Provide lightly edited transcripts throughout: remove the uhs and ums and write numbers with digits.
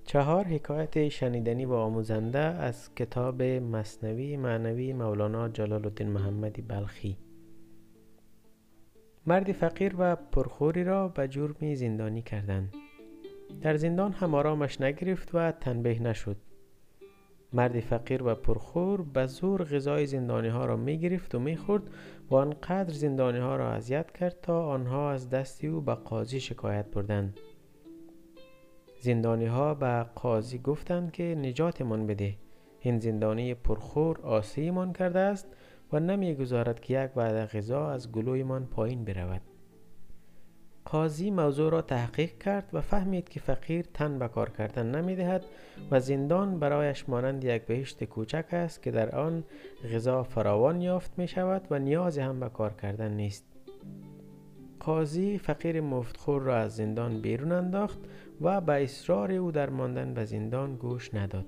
4 حکایت شنیدنی و آموزنده از کتاب مثنوی معنوی مولانا جلال الدین محمدی بلخی. مردی فقیر و پرخوری را به جرمی زندانی کردند. در زندان هم آرامش نگرفت و تنبیه نشد. مردی فقیر و پرخور به زور غذای زندانی ها را می گرفت و می خورد و آنقدر زندانی ها را اذیت کرد تا آنها از دست او به قاضی شکایت بردند. زندانی ها به قاضی گفتند که نجاتمان بده، این زندانی پرخور آسیب من کرده است و نمی گذارد که یک وعده غذا از گلوی من پایین برود. قاضی موضوع را تحقیق کرد و فهمید که فقیر تن به کار کردن نمی دهد و زندان برایش مانند یک بهشت کوچک است که در آن غذا فراوان یافت می شود و نیازی هم به کار کردن نیست. قاضی فقیر مفتخور را از زندان بیرون انداخت و به اصرار او در ماندن به زندان گوش نداد.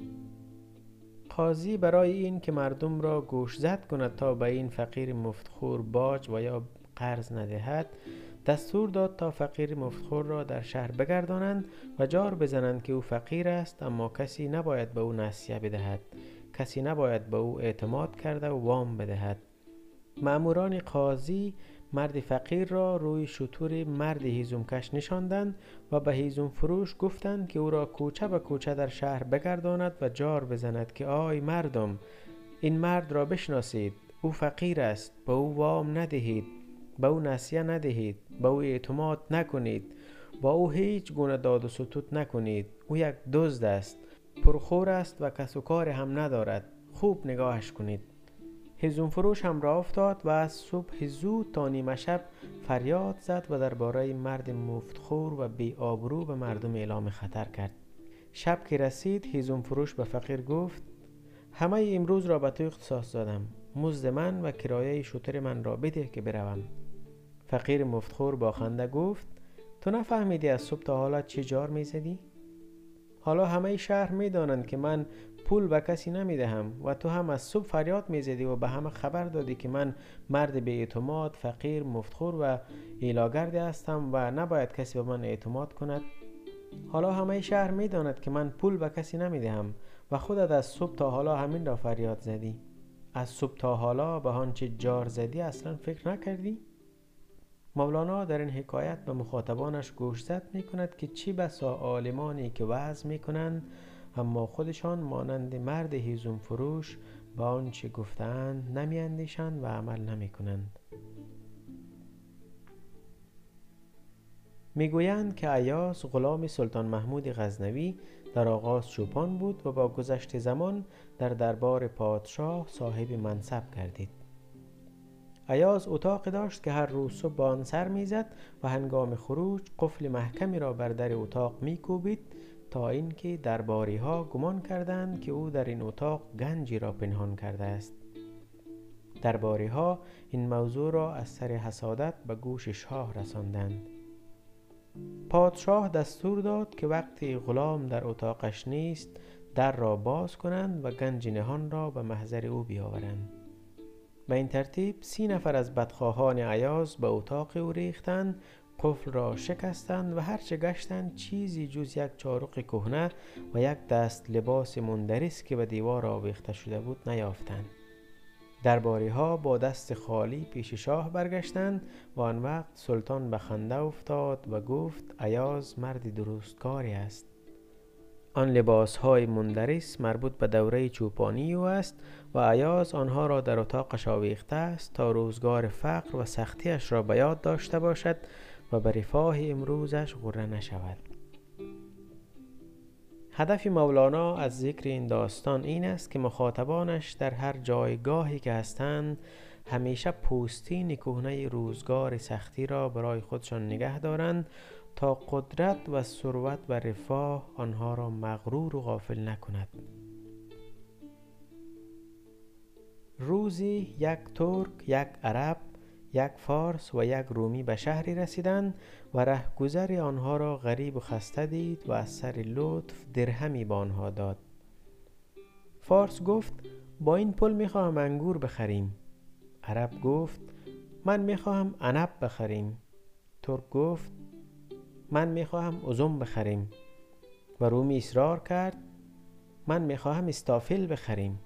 قاضی برای این که مردم را گوش زد کند تا به این فقیر مفتخور باج و یا قرض ندهد، دستور داد تا فقیر مفتخور را در شهر بگردانند و جار بزنند که او فقیر است، اما کسی نباید به او نصیحه بدهد، کسی نباید به او اعتماد کرده و وام بدهد. مأموران قاضی مرد فقیر را روی شتر مرد هیزم کش نشاندند و به هیزم فروش گفتند که او را کوچه به کوچه در شهر بگرداند و جار بزند که آی مردم، این مرد را بشناسید، او فقیر است، به او وام ندهید، به او نصیحه ندهید، به او اعتماد نکنید، با او هیچ گونه داد و ستود نکنید، او یک دزد است، پرخور است و کس و کار هم ندارد، خوب نگاهش کنید. هیزم فروش هم راه افتاد و از صبح زود تا نیمه شب فریاد زد و درباره مرد مفتخور و بی آبرو به مردم اعلام خطر کرد. شب که رسید، هیزم فروش به فقیر گفت: همه امروز را به تو اختصاص دادم، مزد من و کرایه شتر من را بده که بروم. فقیر مفتخور با خنده گفت: تو نفهمیدی از صبح تا حالا چه جار می زدی؟ حالا همه شهر می دانند که من پول به کسی نمی دهم و تو هم از صبح فریاد می زدی و به همه خبر دادی که من مرد بی اعتماد، فقیر، مفتخور و ایلاگردی هستم و نباید کسی به من اعتماد کند. حالا همه شهر می داند که من پول به کسی نمی دهم و خودت از صبح تا حالا همین را فریاد زدی. از صبح تا حالا به آنچه جار زدی اصلا فکر نکردی؟ مولانا در این حکایت به مخاطبانش گوشزد می کند که چی بسا عالمانی که وعظ می کنند اما خودشان مانند مرد هیزم فروش به آنچه گفتند نمی اندیشند و عمل نمی کنند. می گویند که ایاز غلام سلطان محمود غزنوی در آغاز چوپان بود و با گذشت زمان در دربار پادشاه صاحب منصب گردید. ایاز اتاق داشت که هر روز صبح به آن سر میزد و هنگام خروج قفل محکمی را بر در اتاق میکوبید تا اینکه درباری ها گمان کردند که او در این اتاق گنجی را پنهان کرده است. درباری ها این موضوع را از سر حسادت به گوش شاه رساندند. پادشاه دستور داد که وقتی غلام در اتاقش نیست در را باز کنند و گنج نهان را به محضر او بیاورند. به این ترتیب 30 نفر از بدخواهان ایاز به اتاق او ریختند، قفل را شکستند و هرچه گشتند چیزی جز یک چارق کهنه و یک دست لباس مندرس که به دیوار آویخته شده بود نیافتند. درباری ها با دست خالی پیش شاه برگشتند و آن وقت سلطان به خنده افتاد و گفت: ایاز مرد درستکاری است. آن لباس های مندرس مربوط به دوره چوپانی او است و ایاز آنها را در اتاقش آویخته است تا روزگار فقر و سختیش را به یاد داشته باشد و به رفاه امروزش غره نشود. هدف مولانا از ذکر این داستان این است که مخاطبانش در هر جایگاهی که هستند همیشه پوستین کهنه روزگار سختی را برای خودشان نگه دارند تا قدرت و ثروت و رفاه آنها را مغرور و غافل نکند. روزی یک ترک، یک عرب، یک فارس و یک رومی به شهری رسیدند و رهگذر آنها را غریب و خسته دید و از سر لطف درهمی به آنها داد. فارس گفت: با این پول میخواهم انگور بخریم. عرب گفت: من میخواهم عنب بخریم. ترک گفت: من میخواهم ازم بخریم. و رومی اصرار کرد من میخواهم استافل بخریم.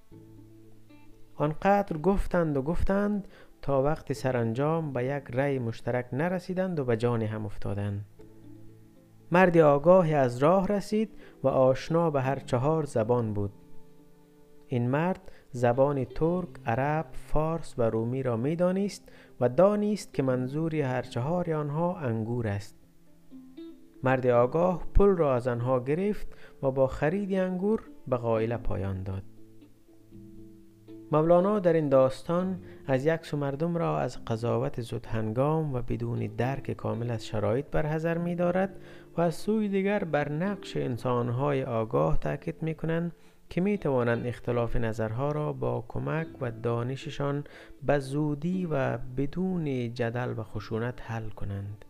آنقدر گفتند تا وقت سرانجام به یک رأی مشترک نرسیدند و به جان هم افتادند. مرد آگاهی از راه رسید و آشنا به هر 4 زبان بود. این مرد زبان ترک، عرب، فارس و رومی را می دانست و دانست که منظوری هر 4 آنها انگور است. مرد آگاه پول را از آنها گرفت و با خرید انگور به غایله پایان داد. مولانا در این داستان از یک سو مردم را از قضاوت زودهنگام و بدون درک کامل از شرایط برحذر می دارد و از سوی دیگر بر نقش انسانهای آگاه تاکید می کنند که می توانند اختلاف نظرها را با کمک و دانششان به زودی و بدون جدل و خشونت حل کنند.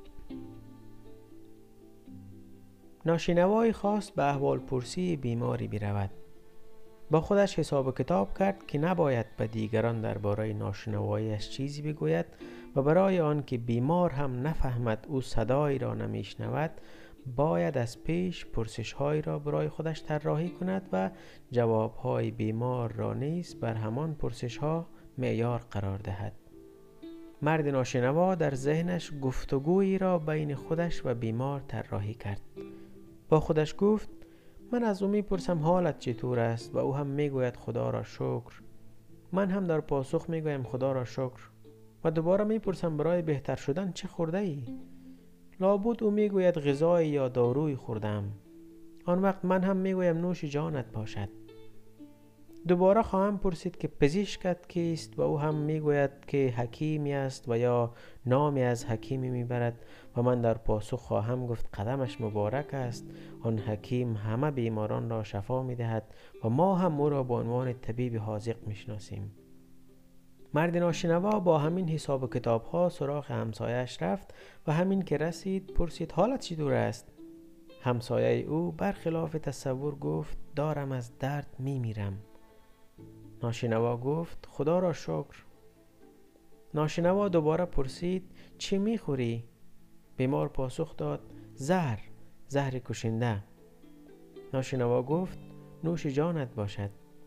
ناشنوایی خواست به احوال پرسی بیماری برود. با خودش حساب و کتاب کرد که نباید به دیگران درباره ناشنواییش چیزی بگوید و برای آن که بیمار هم نفهمد او صدایی را نمیشنود باید از پیش پرسش‌هایی را برای خودش طراحی کند و جواب‌های بیمار را نیز بر همان پرسش‌ها معیار قرار دهد. مرد ناشنوا در ذهنش گفتگویی را بین خودش و بیمار طراحی کرد. با خودش گفت من از او میپرسم حالت چطور است و او هم میگوید خدا را شکر. من هم در پاسخ میگویم خدا را شکر و دوباره میپرسم برای بهتر شدن چه خورده ای؟ لابد او میگوید غذای یا داروی خوردم. آن وقت من هم میگویم نوش جانت باشد. دوباره خواهم پرسید که پزشکت کیست و او هم میگوید که حکیمی است و یا نامی از حکیمی میبرد و من در پاسخ خواهم گفت قدمش مبارک است. آن حکیم همه بیماران را شفا میدهد و ما هم او را به عنوان طبیب حاذق میشناسیم. مرد ناشنوا با همین حساب و کتاب ها سراغ همسایش رفت و همین که رسید پرسید حالت چطور است؟ همسایه او برخلاف تصور گفت دارم از درد میمیرم. ناشنوا گفت خدا را شکر. ناشنوا دوباره پرسید چی میخوری؟ بیمار پاسخ داد زهر کشنده. ناشنوا گفت نوش جانت باشد.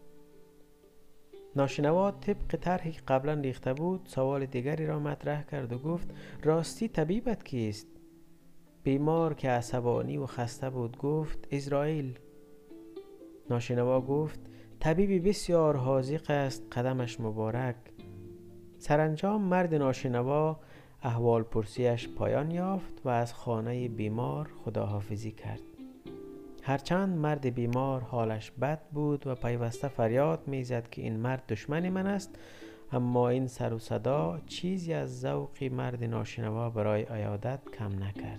ناشنوا طبق طرحی که قبلا ریخته بود سوال دیگری را مطرح کرد و گفت راستی طبیبت کیست؟ بیمار که عصبانی و خسته بود گفت اسرائیل. ناشنوا گفت طبیبی بسیار حاذق است، قدمش مبارک. سرانجام مرد ناشنوا احوال پرسیش پایان یافت و از خانه بیمار خداحافظی کرد. هرچند مرد بیمار حالش بد بود و پیوسته فریاد میزد که این مرد دشمن من است، اما این سر و صدا چیزی از ذوق مرد ناشنوا برای عیادت کم نکرد.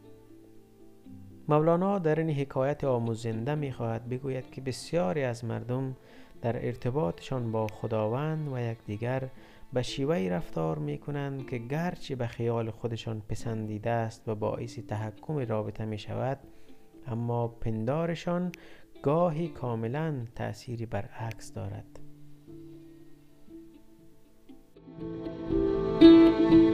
مولانا در این حکایت آموزنده می‌خواهد بگوید که بسیاری از مردم در ارتباطشان با خداوند و یکدیگر به شیوهی رفتار می‌کنند که گرچه به خیال خودشان پسندیده است و باعث تحکم رابطه می‌شود، اما پندارشان گاهی کاملاً تأثیری برعکس دارد.